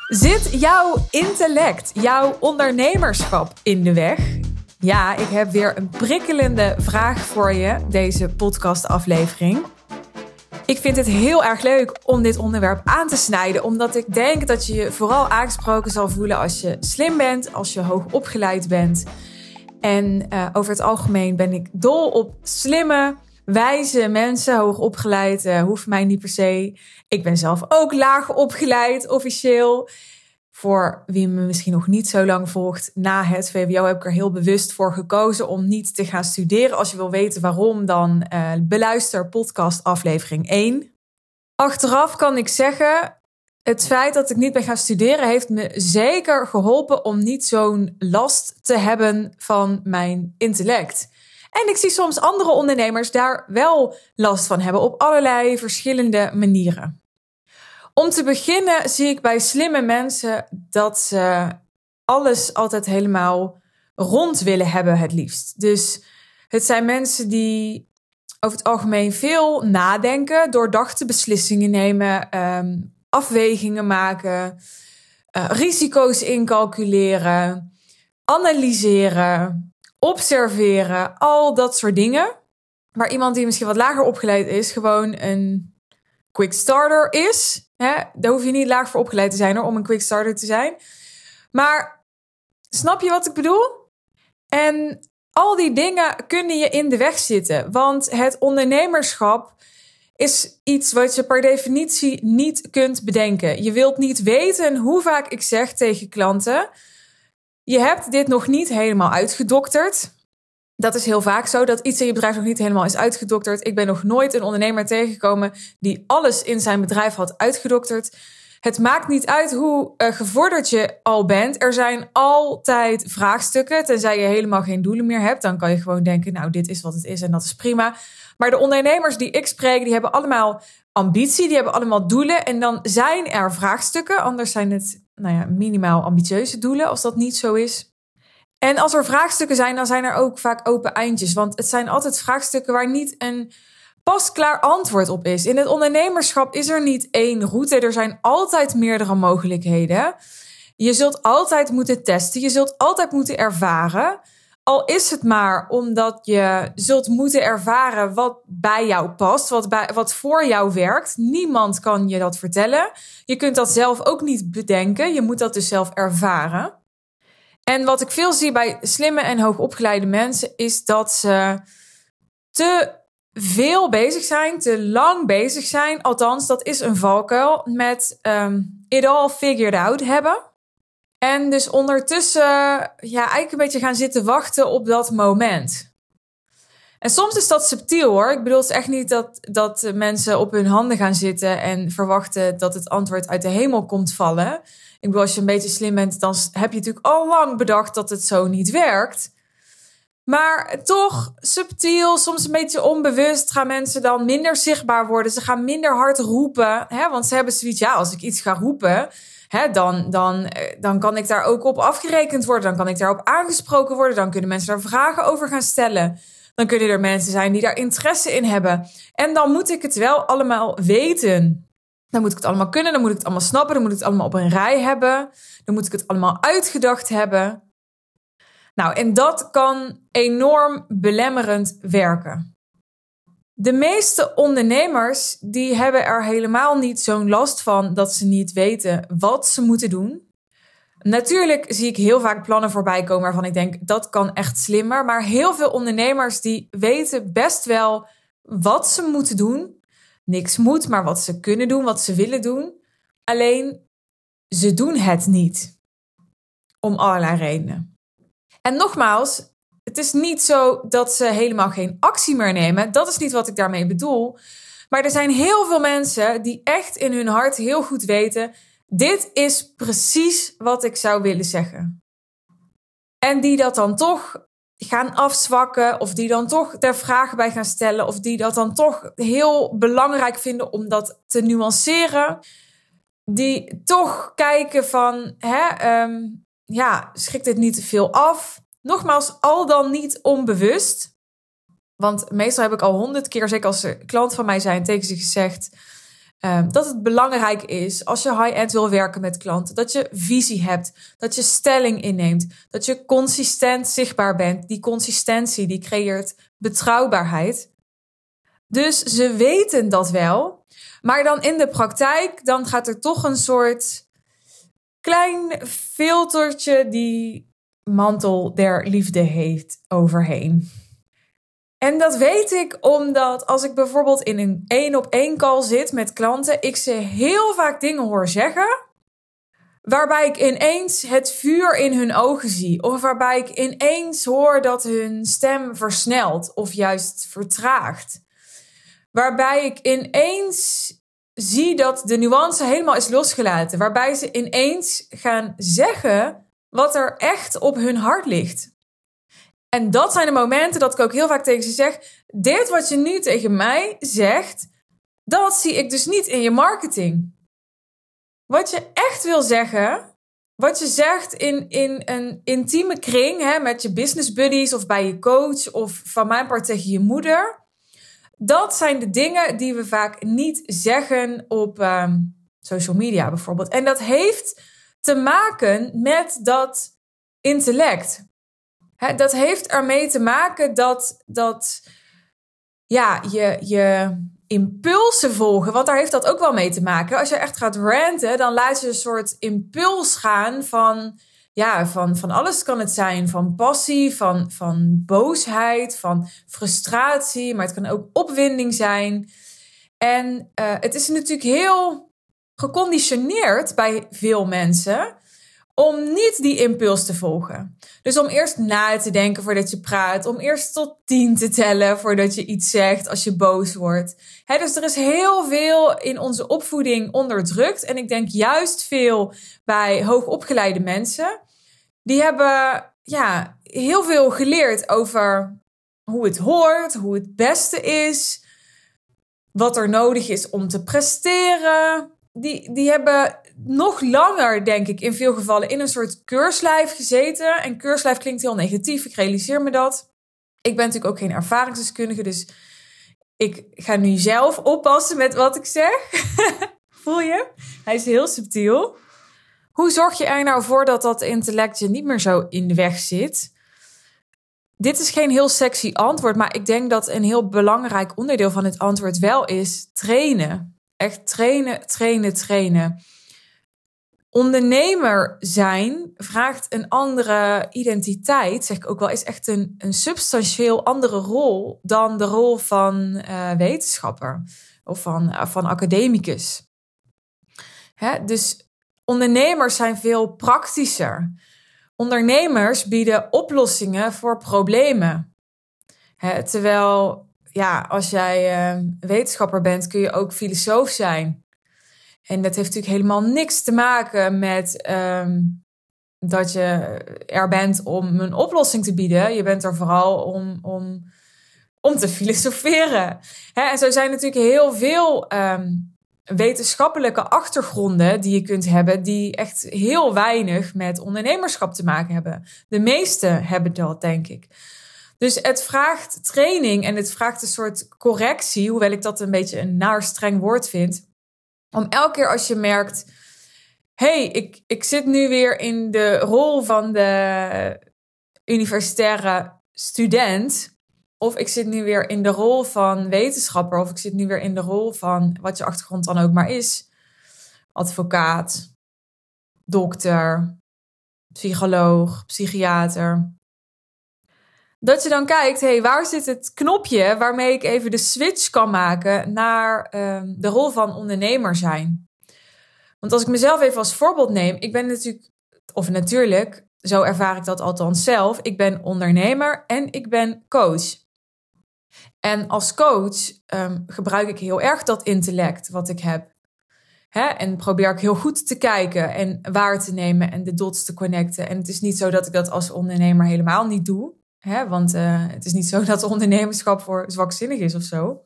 Zit jouw intellect, jouw ondernemerschap in de weg? Ja, ik heb weer een prikkelende vraag voor je, deze podcastaflevering. Ik vind het heel erg leuk om dit onderwerp aan te snijden, omdat ik denk dat je je vooral aangesproken zal voelen als je slim bent, als je hoog opgeleid bent. En over het algemeen ben ik dol op slimme, wijze mensen, hoog opgeleid, hoeft mij niet per se. Ik ben zelf ook laag opgeleid, officieel. Voor wie me misschien nog niet zo lang volgt, na het VWO heb ik er heel bewust voor gekozen om niet te gaan studeren. Als je wil weten waarom, dan beluister podcast aflevering 1. Achteraf kan ik zeggen, het feit dat ik niet ben gaan studeren heeft me zeker geholpen om niet zo'n last te hebben van mijn intellect. En ik zie soms andere ondernemers daar wel last van hebben op allerlei verschillende manieren. Om te beginnen zie ik bij slimme mensen dat ze alles altijd helemaal rond willen hebben het liefst. Dus het zijn mensen die over het algemeen veel nadenken, doordachte beslissingen nemen, afwegingen maken, risico's incalculeren, analyseren, observeren, al dat soort dingen. Maar iemand die misschien wat lager opgeleid is, gewoon een quick starter is. Daar hoef je niet laag voor opgeleid te zijn om een quick starter te zijn. Maar snap je wat ik bedoel? En al die dingen kunnen je in de weg zitten. Want het ondernemerschap is iets wat je per definitie niet kunt bedenken. Je wilt niet weten hoe vaak ik zeg tegen klanten: je hebt dit nog niet helemaal uitgedokterd. Dat is heel vaak zo, dat iets in je bedrijf nog niet helemaal is uitgedokterd. Ik ben nog nooit een ondernemer tegengekomen die alles in zijn bedrijf had uitgedokterd. Het maakt niet uit hoe gevorderd je al bent. Er zijn altijd vraagstukken. Tenzij je helemaal geen doelen meer hebt, dan kan je gewoon denken, nou, dit is wat het is en dat is prima. Maar de ondernemers die ik spreek, die hebben allemaal ambitie, die hebben allemaal doelen. En dan zijn er vraagstukken. Anders zijn het minimaal ambitieuze doelen, als dat niet zo is. En als er vraagstukken zijn, dan zijn er ook vaak open eindjes. Want het zijn altijd vraagstukken waar niet een pasklaar antwoord op is. In het ondernemerschap is er niet één route. Er zijn altijd meerdere mogelijkheden. Je zult altijd moeten testen. Je zult altijd moeten ervaren. Al is het maar omdat je zult moeten ervaren wat bij jou past. Wat voor jou werkt. Niemand kan je dat vertellen. Je kunt dat zelf ook niet bedenken. Je moet dat dus zelf ervaren. En wat ik veel zie bij slimme en hoogopgeleide mensen is dat ze te veel bezig zijn, te lang bezig zijn. Althans, dat is een valkuil met it all figured out hebben. En dus ondertussen eigenlijk een beetje gaan zitten wachten op dat moment. En soms is dat subtiel hoor. Ik bedoel, het is echt niet dat mensen op hun handen gaan zitten en verwachten dat het antwoord uit de hemel komt vallen. Ik bedoel, als je een beetje slim bent, dan heb je natuurlijk al lang bedacht dat het zo niet werkt. Maar toch subtiel, soms een beetje onbewust, gaan mensen dan minder zichtbaar worden. Ze gaan minder hard roepen, want ze hebben zoiets, als ik iets ga roepen, dan kan ik daar ook op afgerekend worden. Dan kan ik daarop aangesproken worden. Dan kunnen mensen daar vragen over gaan stellen. Dan kunnen er mensen zijn die daar interesse in hebben. En dan moet ik het wel allemaal weten. Dan moet ik het allemaal kunnen, dan moet ik het allemaal snappen, dan moet ik het allemaal op een rij hebben. Dan moet ik het allemaal uitgedacht hebben. Nou, en dat kan enorm belemmerend werken. De meeste ondernemers die hebben er helemaal niet zo'n last van dat ze niet weten wat ze moeten doen. Natuurlijk zie ik heel vaak plannen voorbij komen waarvan ik denk, dat kan echt slimmer. Maar heel veel ondernemers die weten best wel wat ze moeten doen. Niks moet, maar wat ze kunnen doen, wat ze willen doen. Alleen, ze doen het niet. Om allerlei redenen. En nogmaals, het is niet zo dat ze helemaal geen actie meer nemen. Dat is niet wat ik daarmee bedoel. Maar er zijn heel veel mensen die echt in hun hart heel goed weten, dit is precies wat ik zou willen zeggen. En die dat dan toch gaan afzwakken, of die dan toch er vragen bij gaan stellen, of die dat dan toch heel belangrijk vinden om dat te nuanceren. Die toch kijken van, schrikt dit niet te veel af? Nogmaals, al dan niet onbewust. Want meestal heb ik al 100 keer, zeker als ze klant van mij zijn, tegen ze gezegd, Dat het belangrijk is als je high-end wil werken met klanten. Dat je visie hebt. Dat je stelling inneemt. Dat je consistent zichtbaar bent. Die consistentie die creëert betrouwbaarheid. Dus ze weten dat wel. Maar dan in de praktijk, dan gaat er toch een soort klein filtertje die mantel der liefde heeft overheen. En dat weet ik omdat als ik bijvoorbeeld in een 1-op-1 call zit met klanten, ik ze heel vaak dingen hoor zeggen, waarbij ik ineens het vuur in hun ogen zie. Of waarbij ik ineens hoor dat hun stem versnelt of juist vertraagt. Waarbij ik ineens zie dat de nuance helemaal is losgelaten. Waarbij ze ineens gaan zeggen wat er echt op hun hart ligt. En dat zijn de momenten dat ik ook heel vaak tegen ze zeg, dit wat je nu tegen mij zegt, dat zie ik dus niet in je marketing. Wat je echt wil zeggen, wat je zegt in een intieme kring, met je business buddies of bij je coach of van mijn part tegen je moeder, dat zijn de dingen die we vaak niet zeggen op social media bijvoorbeeld. En dat heeft te maken met dat intellect. Dat heeft ermee te maken dat je impulsen volgen. Want daar heeft dat ook wel mee te maken. Als je echt gaat ranten, dan laat je een soort impuls gaan van alles kan het zijn. Van passie, van boosheid, van frustratie. Maar het kan ook opwinding zijn. En het is natuurlijk heel geconditioneerd bij veel mensen om niet die impuls te volgen. Dus om eerst na te denken voordat je praat. Om eerst tot 10 te tellen voordat je iets zegt als je boos wordt. Dus er is heel veel in onze opvoeding onderdrukt. En ik denk juist veel bij hoogopgeleide mensen. Die hebben heel veel geleerd over hoe het hoort, hoe het beste is. Wat er nodig is om te presteren. Die hebben nog langer, denk ik, in veel gevallen in een soort keurslijf gezeten. En keurslijf klinkt heel negatief, ik realiseer me dat. Ik ben natuurlijk ook geen ervaringsdeskundige, dus ik ga nu zelf oppassen met wat ik zeg. Voel je? Hij is heel subtiel. Hoe zorg je er nou voor dat dat intellect je niet meer zo in de weg zit? Dit is geen heel sexy antwoord, maar ik denk dat een heel belangrijk onderdeel van het antwoord wel is trainen. Echt trainen. Ondernemer zijn vraagt een andere identiteit, zeg ik ook wel, is echt een substantieel andere rol dan de rol van wetenschapper of van academicus. Dus ondernemers zijn veel praktischer. Ondernemers bieden oplossingen voor problemen. Terwijl als jij wetenschapper bent, kun je ook filosoof zijn. En dat heeft natuurlijk helemaal niks te maken met dat je er bent om een oplossing te bieden. Je bent er vooral om te filosoferen. En zo zijn natuurlijk heel veel wetenschappelijke achtergronden die je kunt hebben, die echt heel weinig met ondernemerschap te maken hebben. De meeste hebben dat, denk ik. Dus het vraagt training en het vraagt een soort correctie, hoewel ik dat een beetje een naar streng woord vind. Om elke keer als je merkt, ik zit nu weer in de rol van de universitaire student. Of ik zit nu weer in de rol van wetenschapper. Of ik zit nu weer in de rol van wat je achtergrond dan ook maar is. Advocaat, dokter, psycholoog, psychiater. Dat je dan kijkt, waar zit het knopje waarmee ik even de switch kan maken naar de rol van ondernemer zijn. Want als ik mezelf even als voorbeeld neem, ik ben natuurlijk, zo ervaar ik dat althans zelf, ik ben ondernemer en ik ben coach. En als coach gebruik ik heel erg dat intellect wat ik heb. En probeer ik heel goed te kijken en waar te nemen en de dots te connecten. En het is niet zo dat ik dat als ondernemer helemaal niet doe. Want het is niet zo dat ondernemerschap voor zwakzinnig is of zo.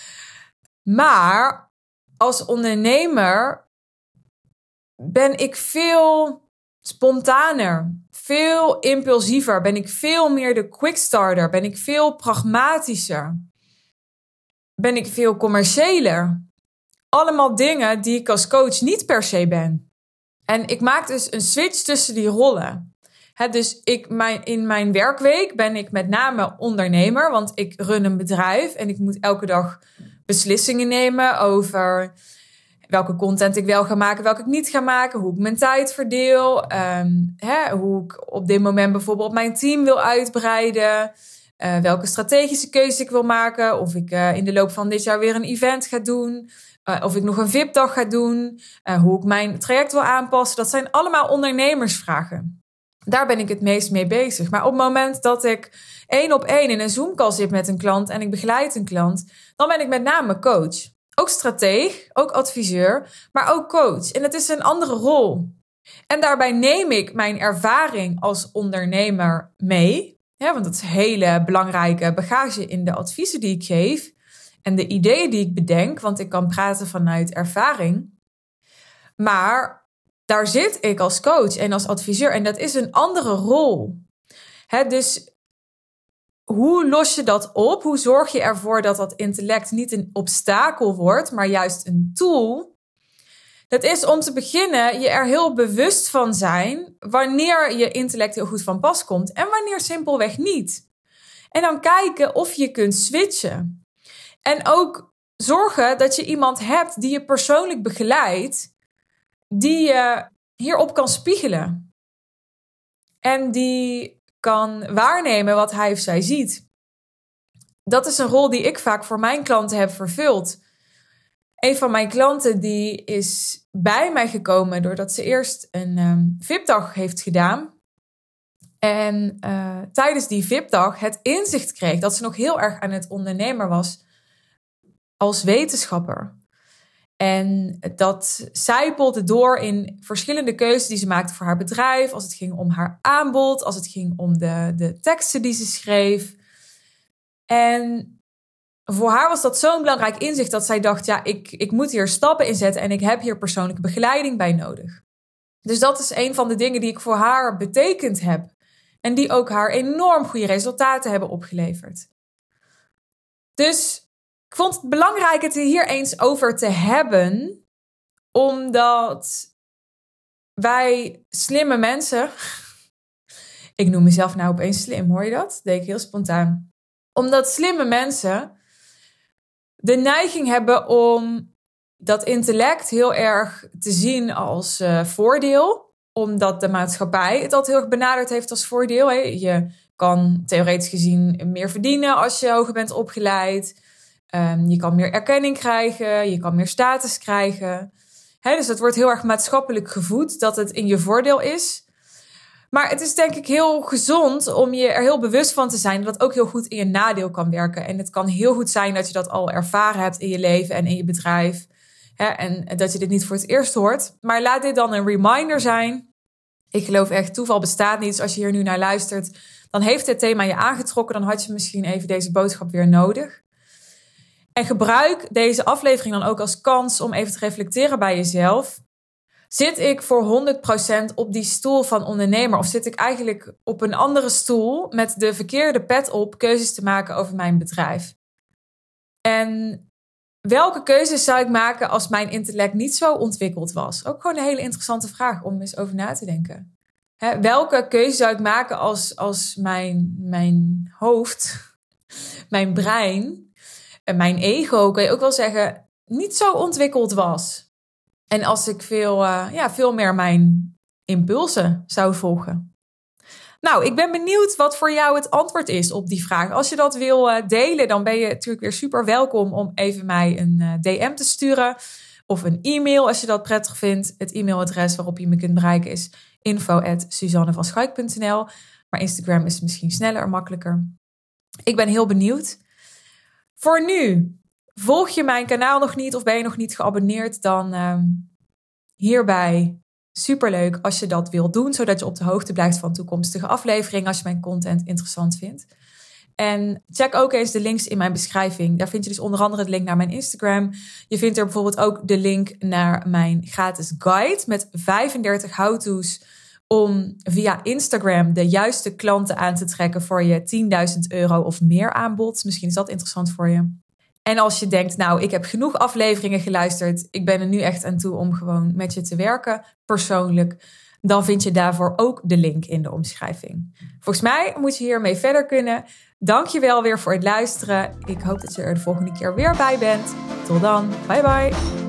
Maar als ondernemer ben ik veel spontaner, veel impulsiever. Ben ik veel meer de quickstarter. Ben ik veel pragmatischer. Ben ik veel commerciëler. allemaal dingen die ik als coach niet per se ben. En ik maak dus een switch tussen die rollen. Dus in mijn werkweek ben ik met name ondernemer, want ik run een bedrijf en ik moet elke dag beslissingen nemen over welke content ik wel ga maken, welke ik niet ga maken, hoe ik mijn tijd verdeel, hoe ik op dit moment bijvoorbeeld mijn team wil uitbreiden, welke strategische keuzes ik wil maken, of ik in de loop van dit jaar weer een event ga doen, of ik nog een VIP-dag ga doen, hoe ik mijn traject wil aanpassen. Dat zijn allemaal ondernemersvragen. Daar ben ik het meest mee bezig. Maar op het moment dat ik 1-op-1 in een Zoom-call zit met een klant en ik begeleid een klant, dan ben ik met name coach. Ook strateeg, ook adviseur, maar ook coach. En het is een andere rol. En daarbij neem ik mijn ervaring als ondernemer mee. Want dat is een hele belangrijke bagage in de adviezen die ik geef. En de ideeën die ik bedenk, want ik kan praten vanuit ervaring. Maar daar zit ik als coach en als adviseur en dat is een andere rol. Dus hoe los je dat op? Hoe zorg je ervoor dat dat intellect niet een obstakel wordt, maar juist een tool? Dat is om te beginnen je er heel bewust van zijn wanneer je intellect heel goed van pas komt en wanneer simpelweg niet. En dan kijken of je kunt switchen. En ook zorgen dat je iemand hebt die je persoonlijk begeleidt, die je hierop kan spiegelen. En die kan waarnemen wat hij of zij ziet. Dat is een rol die ik vaak voor mijn klanten heb vervuld. Een van mijn klanten die is bij mij gekomen doordat ze eerst een VIP-dag heeft gedaan. En tijdens die VIP-dag het inzicht kreeg dat ze nog heel erg aan het ondernemer was als wetenschapper. En dat zijpelde door in verschillende keuzes die ze maakte voor haar bedrijf. Als het ging om haar aanbod, als het ging om de teksten die ze schreef. En voor haar was dat zo'n belangrijk inzicht dat zij dacht, ja, ik moet hier stappen in zetten en ik heb hier persoonlijke begeleiding bij nodig. Dus dat is een van de dingen die ik voor haar betekend heb. En die ook haar enorm goede resultaten hebben opgeleverd. Dus ik vond het belangrijk het hier eens over te hebben, omdat wij slimme mensen, ik noem mezelf nou opeens slim, hoor je dat? Dat deed ik heel spontaan. Omdat slimme mensen de neiging hebben om dat intellect heel erg te zien als voordeel, omdat de maatschappij het altijd heel erg benaderd heeft als voordeel. Je kan theoretisch gezien meer verdienen als je hoger bent opgeleid. Je kan meer erkenning krijgen, je kan meer status krijgen. Dus dat wordt heel erg maatschappelijk gevoed dat het in je voordeel is. Maar het is denk ik heel gezond om je er heel bewust van te zijn dat het ook heel goed in je nadeel kan werken. En het kan heel goed zijn dat je dat al ervaren hebt in je leven en in je bedrijf. En dat je dit niet voor het eerst hoort. Maar laat dit dan een reminder zijn. Ik geloof echt, toeval bestaat niet. Dus als je hier nu naar luistert, dan heeft dit thema je aangetrokken. Dan had je misschien even deze boodschap weer nodig. En gebruik deze aflevering dan ook als kans om even te reflecteren bij jezelf. Zit ik voor 100% op die stoel van ondernemer? Of zit ik eigenlijk op een andere stoel met de verkeerde pet op keuzes te maken over mijn bedrijf? En welke keuzes zou ik maken als mijn intellect niet zo ontwikkeld was? Ook gewoon een hele interessante vraag om eens over na te denken. Welke keuze zou ik maken als mijn hoofd, mijn brein, mijn ego, kan je ook wel zeggen, niet zo ontwikkeld was? En als ik veel meer mijn impulsen zou volgen. Nou, ik ben benieuwd wat voor jou het antwoord is op die vraag. Als je dat wil delen, dan ben je natuurlijk weer super welkom om even mij een DM te sturen. Of een e-mail als je dat prettig vindt. Het e-mailadres waarop je me kunt bereiken is info@suzannevanschaik.nl. Maar Instagram is misschien sneller en makkelijker. Ik ben heel benieuwd. Voor nu, volg je mijn kanaal nog niet of ben je nog niet geabonneerd, dan hierbij superleuk als je dat wilt doen, zodat je op de hoogte blijft van toekomstige afleveringen als je mijn content interessant vindt. En check ook eens de links in mijn beschrijving. Daar vind je dus onder andere de link naar mijn Instagram. Je vindt er bijvoorbeeld ook de link naar mijn gratis guide met 35 how-to's om via Instagram de juiste klanten aan te trekken voor je €10.000 of meer aanbod. Misschien is dat interessant voor je. En als je denkt, nou, ik heb genoeg afleveringen geluisterd. Ik ben er nu echt aan toe om gewoon met je te werken, persoonlijk. Dan vind je daarvoor ook de link in de omschrijving. Volgens mij moet je hiermee verder kunnen. Dank je wel weer voor het luisteren. Ik hoop dat je er de volgende keer weer bij bent. Tot dan. Bye bye.